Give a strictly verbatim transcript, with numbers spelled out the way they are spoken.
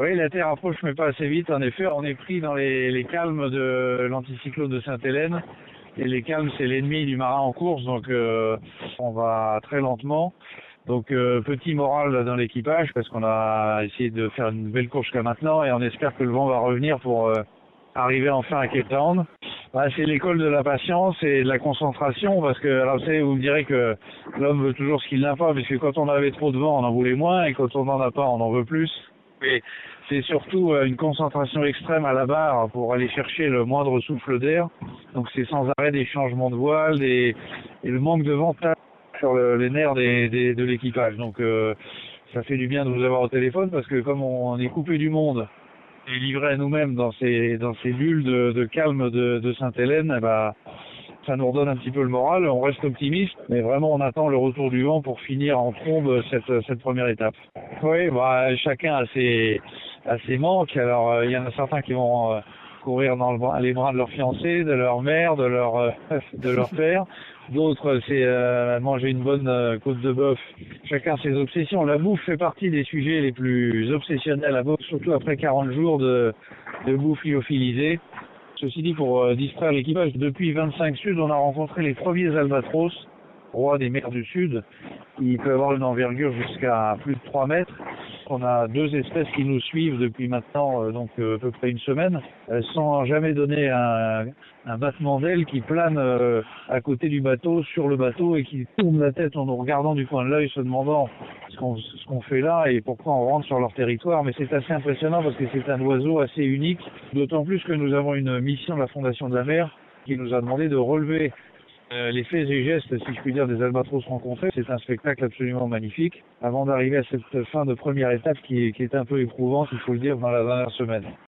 Oui, la Terre approche mais pas assez vite. En effet, on est pris dans les, les calmes de l'anticyclone de Sainte-Hélène. Et les calmes, c'est l'ennemi du marin en course, donc euh, on va très lentement. Donc euh, petit moral dans l'équipage parce qu'on a essayé de faire une belle course jusqu'à maintenant et on espère que le vent va revenir pour euh, arriver enfin à Cape Town. Bah, c'est l'école de la patience et de la concentration parce que, alors vous savez, vous me direz que l'homme veut toujours ce qu'il n'a pas, parce que quand on avait trop de vent, on en voulait moins et quand on n'en a pas, on en veut plus. Mais c'est surtout une concentration extrême à la barre pour aller chercher le moindre souffle d'air. Donc c'est sans arrêt des changements de voile des, et le manque de vent tape sur le, les nerfs des, des, de l'équipage. Donc euh, ça fait du bien de vous avoir au téléphone parce que comme on, on est coupé du monde et livré à nous-mêmes dans ces, dans ces bulles de, de calme de, de Sainte-Hélène, eh ben, ça nous redonne un petit peu le moral. On reste optimiste, mais vraiment on attend le retour du vent pour finir en trombe cette, cette première étape. Oui, bah, chacun a ses, a ses manques. Alors il euh, y en a certains qui vont euh, courir dans le bras, les bras de leur fiancé, de leur mère, de leur, euh, de leur père. D'autres, c'est euh, manger une bonne euh, côte de bœuf. Chacun ses obsessions. La bouffe fait partie des sujets les plus obsessionnels à bord, surtout après quarante jours de, de bouffe lyophilisée. Ceci dit, pour euh, distraire l'équipage, depuis vingt-cinq Sud, on a rencontré les premiers albatros, rois des mers du Sud. Il peut avoir une envergure jusqu'à plus de trois mètres. On a deux espèces qui nous suivent depuis maintenant euh, donc euh, à peu près une semaine, euh, sans jamais donner un, un battement d'aile qui plane euh, à côté du bateau, sur le bateau, et qui tourne la tête en nous regardant du coin de l'œil, se demandant ce qu'on ce qu'on fait là et pourquoi on rentre sur leur territoire. Mais c'est assez impressionnant parce que c'est un oiseau assez unique, d'autant plus que nous avons une mission de la Fondation de la Mer qui nous a demandé de relever Euh, les faits et gestes, si je puis dire, des albatros rencontrés. C'est un spectacle absolument magnifique, avant d'arriver à cette fin de première étape qui est, qui est un peu éprouvante, il faut le dire, dans la dernière semaine.